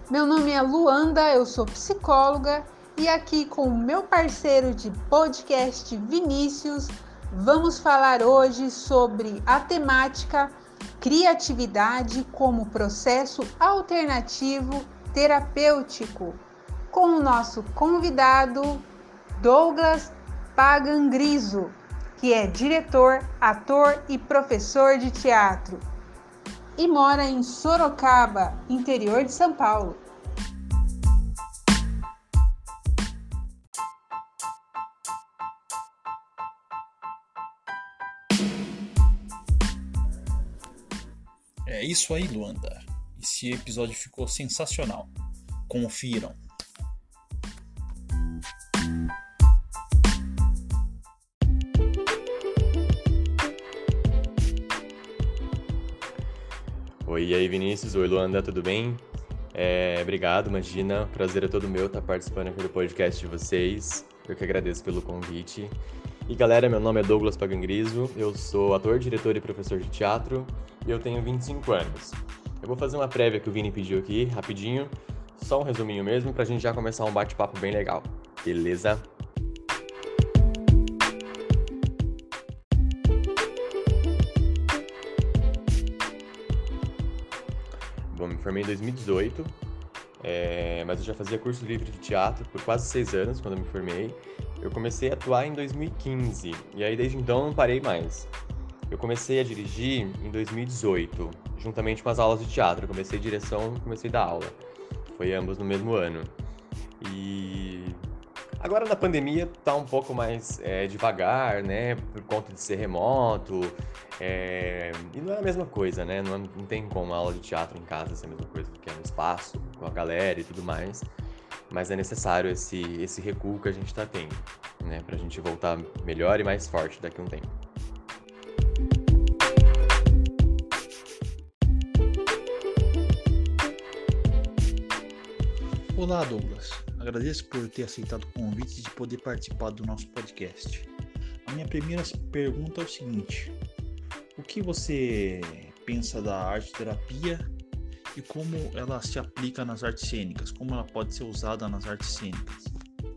Meu nome é Luanda, eu sou psicóloga e aqui com o meu parceiro de podcast Vinícius, vamos falar hoje sobre a temática criatividade como processo alternativo terapêutico, com o nosso convidado Douglas Pagangrizo, que é diretor, ator e professor de teatro e mora em Sorocaba, interior de São Paulo. É isso aí, Luanda. Esse episódio ficou sensacional. Confiram. Oi, e aí Vinícius, oi Luanda, tudo bem? Obrigado, imagina, prazer é todo meu estar participando aqui do podcast de vocês, eu que agradeço pelo convite. E galera, meu nome é Douglas Pagangrizo, eu sou ator, diretor e professor de teatro e eu tenho 25 anos. Eu vou fazer uma prévia que o Vini pediu aqui, rapidinho, só um resuminho mesmo pra gente já começar um bate-papo bem legal, beleza? Bom, me formei em 2018, mas eu já fazia curso livre de teatro por quase 6 anos quando eu me formei. Eu comecei a atuar em 2015 e aí desde então não parei mais. Eu comecei a dirigir em 2018, juntamente com as aulas de teatro. Eu comecei direção, comecei a dar aula. Foi ambos no mesmo ano. E agora na pandemia tá um pouco mais devagar, né? Por conta de ser remoto. E não é a mesma coisa, né? Não tem como a aula de teatro em casa ser a mesma coisa do que é no espaço, com a galera e tudo mais. Mas é necessário esse recuo que a gente tá tendo, né? Pra gente voltar melhor e mais forte daqui a um tempo. Olá, Douglas. Agradeço por ter aceitado o convite de poder participar do nosso podcast. A minha primeira pergunta é o seguinte: o que você pensa da arte-terapia e como ela se aplica nas artes cênicas? Como ela pode ser usada nas artes cênicas?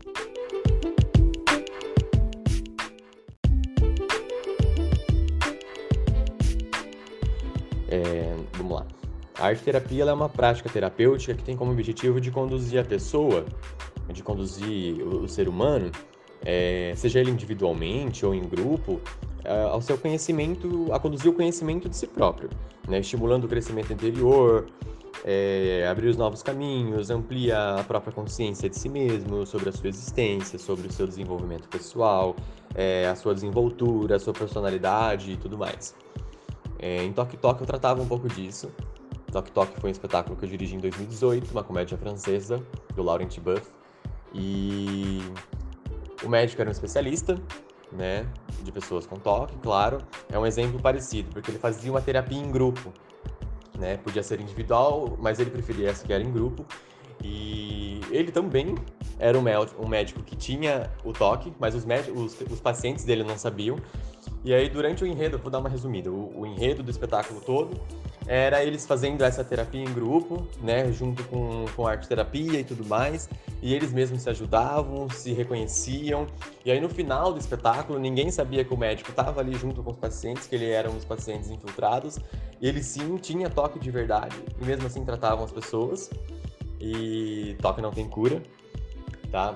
Vamos lá. A arte-terapia ela é uma prática terapêutica que tem como objetivo de conduzir a pessoa, de conduzir o ser humano, seja ele individualmente ou em grupo, ao seu conhecimento, a conduzir o conhecimento de si próprio, né? Estimulando o crescimento interior, abrir os novos caminhos, amplia a própria consciência de si mesmo, sobre a sua existência, sobre o seu desenvolvimento pessoal, a sua desenvoltura, a sua personalidade e tudo mais. Em Toque Toque eu tratava um pouco disso. Toque Toque foi um espetáculo que eu dirigi em 2018, uma comédia francesa, do Laurent Buff. E o médico era um especialista, né, de pessoas com toque, claro. É um exemplo parecido, porque ele fazia uma terapia em grupo, né? Podia ser individual, mas ele preferia essa que era em grupo. E ele também era um médico que tinha o toque, mas os pacientes dele não sabiam. E aí, durante o enredo, eu vou dar uma resumida, o enredo do espetáculo todo era eles fazendo essa terapia em grupo, né, junto com a arte-terapia e tudo mais, e eles mesmos se ajudavam, se reconheciam, e aí no final do espetáculo ninguém sabia que o médico estava ali junto com os pacientes, que ele era um dos pacientes infiltrados, e ele sim tinha toque de verdade, e mesmo assim tratavam as pessoas, e toque não tem cura, tá?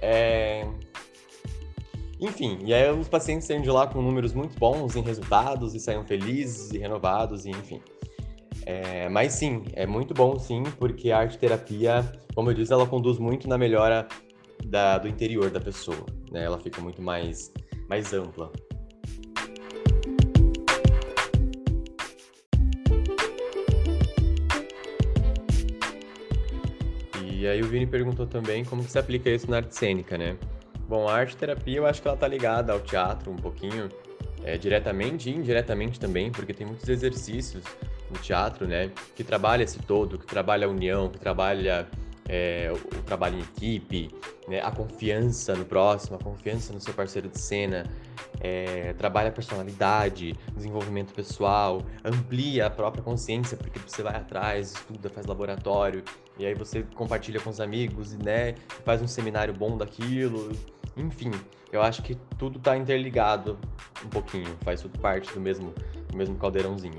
Enfim, e aí os pacientes saíam de lá com números muito bons em resultados, e saíam felizes e renovados, e enfim. Mas sim, é muito bom sim, porque a arte-terapia, como eu disse, ela conduz muito na melhora do interior da pessoa, né? Ela fica muito mais ampla. E aí o Vini perguntou também como que se aplica isso na arte cênica, né? Bom, a arte-terapia eu acho que ela tá ligada ao teatro um pouquinho, diretamente e indiretamente também, porque tem muitos exercícios no teatro, né, que trabalha esse todo, que trabalha a união, que trabalha o trabalho em equipe, né, a confiança no próximo, a confiança no seu parceiro de cena, trabalha a personalidade, desenvolvimento pessoal, amplia a própria consciência, porque você vai atrás, estuda, faz laboratório, e aí você compartilha com os amigos, né, faz um seminário bom daquilo, enfim, eu acho que tudo tá interligado um pouquinho, faz tudo parte do mesmo caldeirãozinho.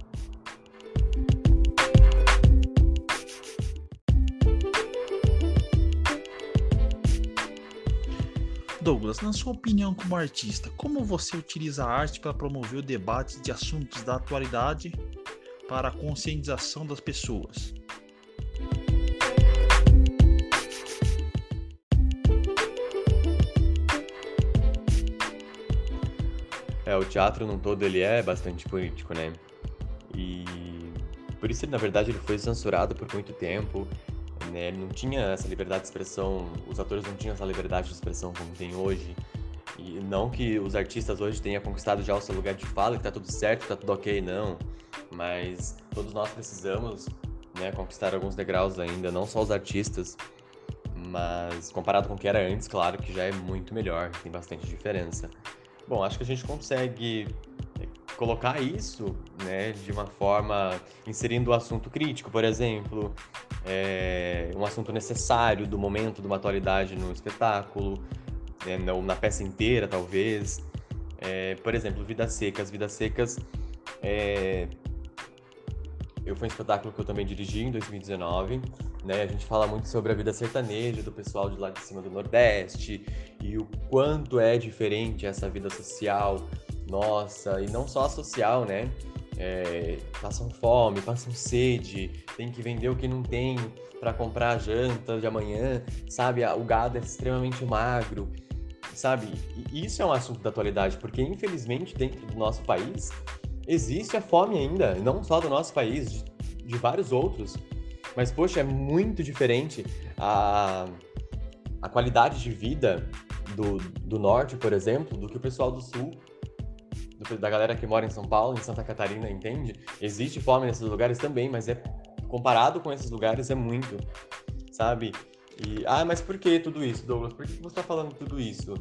Douglas, na sua opinião como artista, como você utiliza a arte para promover o debate de assuntos da atualidade para a conscientização das pessoas? O teatro num todo ele é bastante político, né? E por isso, na verdade, ele foi censurado por muito tempo, né? Ele não tinha essa liberdade de expressão, os atores não tinham essa liberdade de expressão como tem hoje. E não que os artistas hoje tenham conquistado já o seu lugar de fala, que tá tudo certo, que tá tudo ok, não. Mas todos nós precisamos, né, conquistar alguns degraus ainda, não só os artistas, mas comparado com o que era antes, claro que já é muito melhor, tem bastante diferença. Bom, acho que a gente consegue colocar isso, né, de uma forma inserindo o assunto crítico, por exemplo, um assunto necessário do momento, de uma atualidade no espetáculo, na peça inteira, talvez. Por exemplo, Vidas Secas. Vidas Secas foi um espetáculo que eu também dirigi em 2019, né? A gente fala muito sobre a vida sertaneja do pessoal de lá de cima do Nordeste e o quanto é diferente essa vida social nossa, e não só a social, né? Passam fome, passam sede, tem que vender o que não tem para comprar a janta de amanhã, sabe? O gado é extremamente magro, sabe? E isso é um assunto da atualidade, porque infelizmente dentro do nosso país existe a fome ainda, não só do nosso país, de vários outros. Mas, poxa, é muito diferente a qualidade de vida do norte, por exemplo, do que o pessoal do sul, da galera que mora em São Paulo, em Santa Catarina, entende? Existe fome nesses lugares também, mas comparado com esses lugares é muito, sabe? Mas por que tudo isso, Douglas? Por que você está falando tudo isso?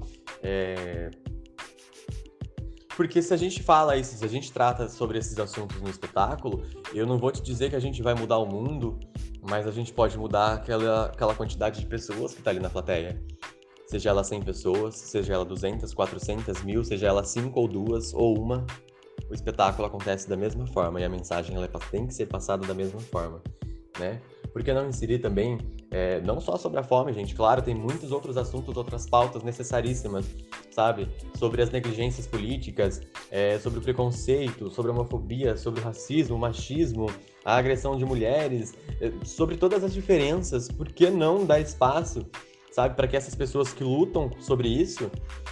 Porque se a gente fala isso, se a gente trata sobre esses assuntos no espetáculo, eu não vou te dizer que a gente vai mudar o mundo, mas a gente pode mudar aquela quantidade de pessoas que está ali na plateia. Seja ela 100 pessoas, seja ela 200, 400, 1000, seja ela 5 ou 2 ou 1, o espetáculo acontece da mesma forma e a mensagem tem que ser passada da mesma forma, né? Por que não inserir também, não só sobre a fome, gente, claro, tem muitos outros assuntos, outras pautas necessaríssimas, sabe? Sobre as negligências políticas, sobre o preconceito, sobre a homofobia, sobre o racismo, o machismo, a agressão de mulheres, sobre todas as diferenças. Por que não dar espaço, sabe, para que essas pessoas que lutam sobre isso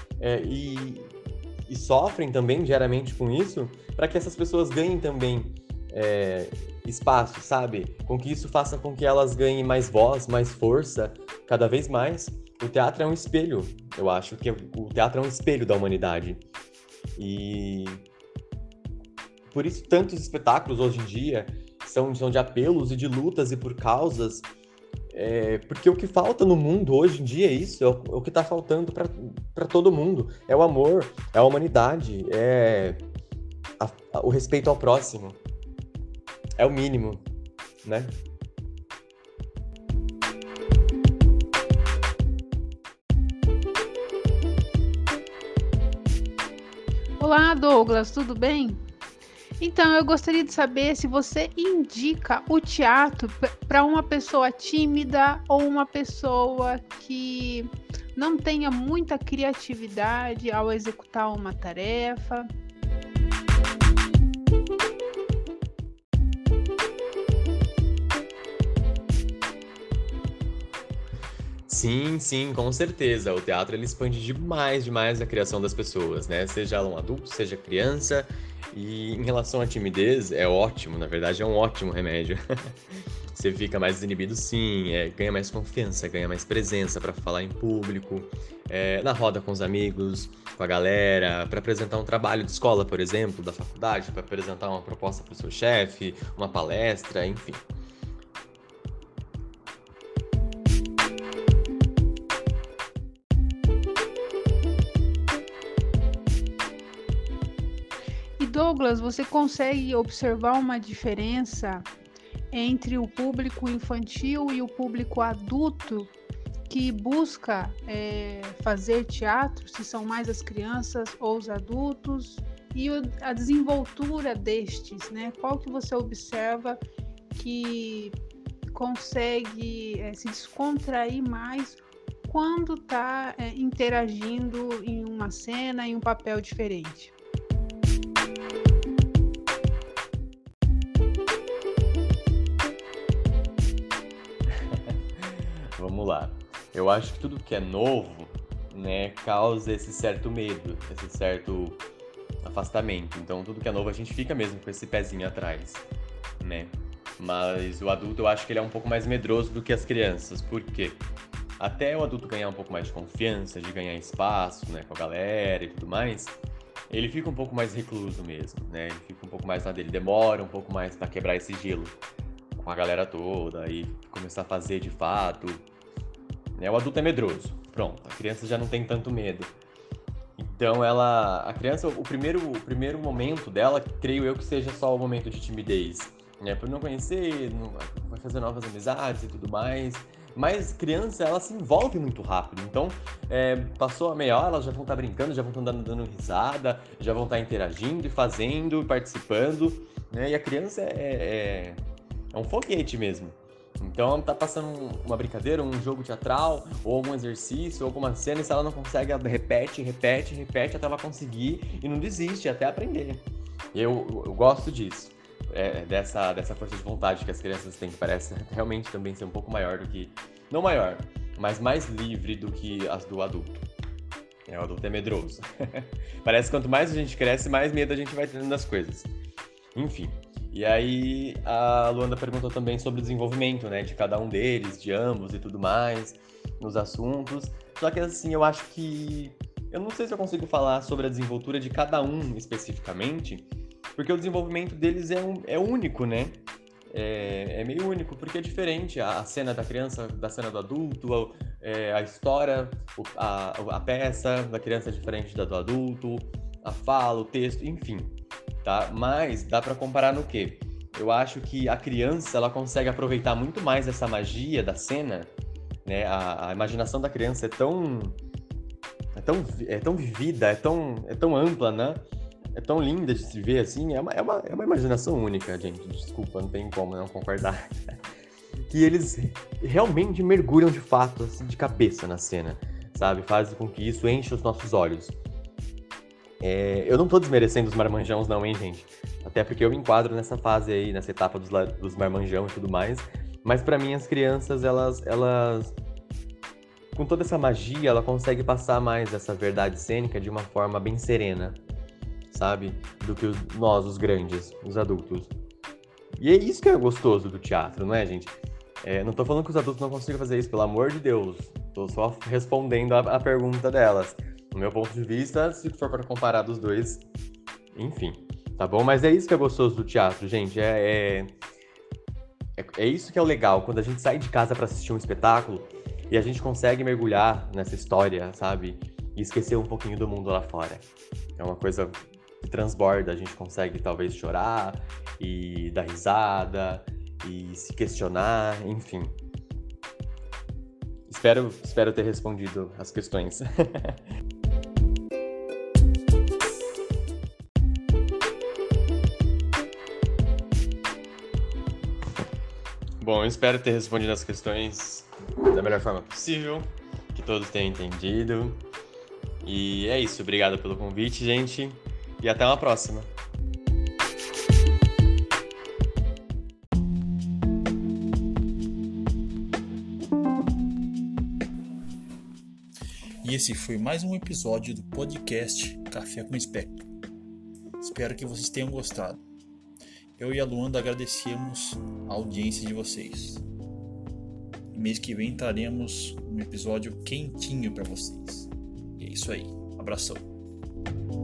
e sofrem também diariamente com isso, para que essas pessoas ganhem também espaço, sabe? Com que isso faça com que elas ganhem mais voz, mais força, cada vez mais. O teatro é um espelho, eu acho que o teatro é um espelho da humanidade. E por isso tantos espetáculos hoje em dia são de apelos e de lutas e por causas, porque o que falta no mundo hoje em dia é isso, é o que está faltando para todo mundo. É o amor, é a humanidade, o respeito ao próximo. É o mínimo, né? Olá, Douglas, tudo bem? Então, eu gostaria de saber se você indica o teatro para uma pessoa tímida ou uma pessoa que não tenha muita criatividade ao executar uma tarefa. Sim, com certeza. O teatro ele expande demais a criação das pessoas, né? Seja ela um adulto, seja criança. E em relação à timidez, é ótimo, na verdade é um ótimo remédio. Você fica mais desinibido, sim, ganha mais confiança, ganha mais presença para falar em público, na roda com os amigos, com a galera, para apresentar um trabalho de escola, por exemplo, da faculdade, para apresentar uma proposta para o seu chefe, uma palestra, enfim. Douglas, você consegue observar uma diferença entre o público infantil e o público adulto que busca fazer teatro, se são mais as crianças ou os adultos, e a desenvoltura destes, né? Qual que você observa que consegue se descontrair mais quando está interagindo em uma cena, em um papel diferente? Vamos lá. Eu acho que tudo que é novo, né, causa esse certo medo, esse certo afastamento. Então, tudo que é novo a gente fica mesmo com esse pezinho atrás, né? Mas o adulto, eu acho que ele é um pouco mais medroso do que as crianças. Por quê? Até o adulto ganhar um pouco mais de confiança, de ganhar espaço, né, com a galera e tudo mais, ele fica um pouco mais recluso mesmo, né? Ele fica um pouco mais na dele, demora um pouco mais para quebrar esse gelo com a galera toda e começar a fazer de fato. O adulto é medroso, pronto, a criança já não tem tanto medo. Então a criança, o primeiro momento dela, creio eu que seja só o momento de timidez, né? Por não conhecer, não vai fazer novas amizades e tudo mais. Mas criança, ela se envolve muito rápido. Então, passou a meia hora, elas já vão estar brincando, já vão estar dando risada, já vão estar interagindo e fazendo, participando, né? E a criança é um foguete mesmo. Então, ela tá passando uma brincadeira, um jogo teatral, ou algum exercício, ou alguma cena, e se ela não consegue, ela repete até ela conseguir e não desiste, até aprender. E eu gosto disso, dessa força de vontade que as crianças têm, que parece realmente também ser um pouco maior do que... Não maior, mas mais livre do que as do adulto. O adulto é medroso. Parece que quanto mais a gente cresce, mais medo a gente vai tendo das coisas. Enfim. E aí a Luanda perguntou também sobre o desenvolvimento, né, de cada um deles, de ambos e tudo mais, nos assuntos. Só que assim, eu acho que... Eu não sei se eu consigo falar sobre a desenvoltura de cada um especificamente, porque o desenvolvimento deles é único, né? É meio único, porque é diferente a cena da criança da cena do adulto, a história, a peça da criança é diferente da do adulto, a fala, o texto, enfim. Tá? Mas dá pra comparar no quê? Eu acho que a criança, ela consegue aproveitar muito mais essa magia da cena, né? A imaginação da criança é tão vivida, é tão ampla, né? É tão linda de se ver, assim, é uma imaginação única, gente, desculpa, não tem como não concordar. Que eles realmente mergulham de fato, assim, de cabeça na cena, sabe? Fazem com que isso enche os nossos olhos. Eu não tô desmerecendo os marmanjões não, hein, gente? Até porque eu me enquadro nessa fase aí, nessa etapa dos marmanjão e tudo mais. Mas pra mim, as crianças, elas com toda essa magia, ela consegue passar mais essa verdade cênica de uma forma bem serena, sabe? Do que nós, os grandes, os adultos. E é isso que é gostoso do teatro, não é, gente? Não tô falando que os adultos não consigam fazer isso, pelo amor de Deus. Tô só respondendo a pergunta delas. No meu ponto de vista, se for para comparar dos dois, enfim, tá bom? Mas é isso que é gostoso do teatro, gente. É isso que é o legal, quando a gente sai de casa para assistir um espetáculo e a gente consegue mergulhar nessa história, sabe? E esquecer um pouquinho do mundo lá fora. É uma coisa que transborda, a gente consegue talvez chorar e dar risada e se questionar, enfim. Espero ter respondido as questões. Bom, eu espero ter respondido as questões da melhor forma possível, que todos tenham entendido. E é isso, obrigado pelo convite, gente, e até uma próxima. E esse foi mais um episódio do podcast Café com Espectro. Espero que vocês tenham gostado. Eu e a Luanda agradecemos a audiência de vocês. Mês que vem traremos um episódio quentinho para vocês. E é isso aí. Abração.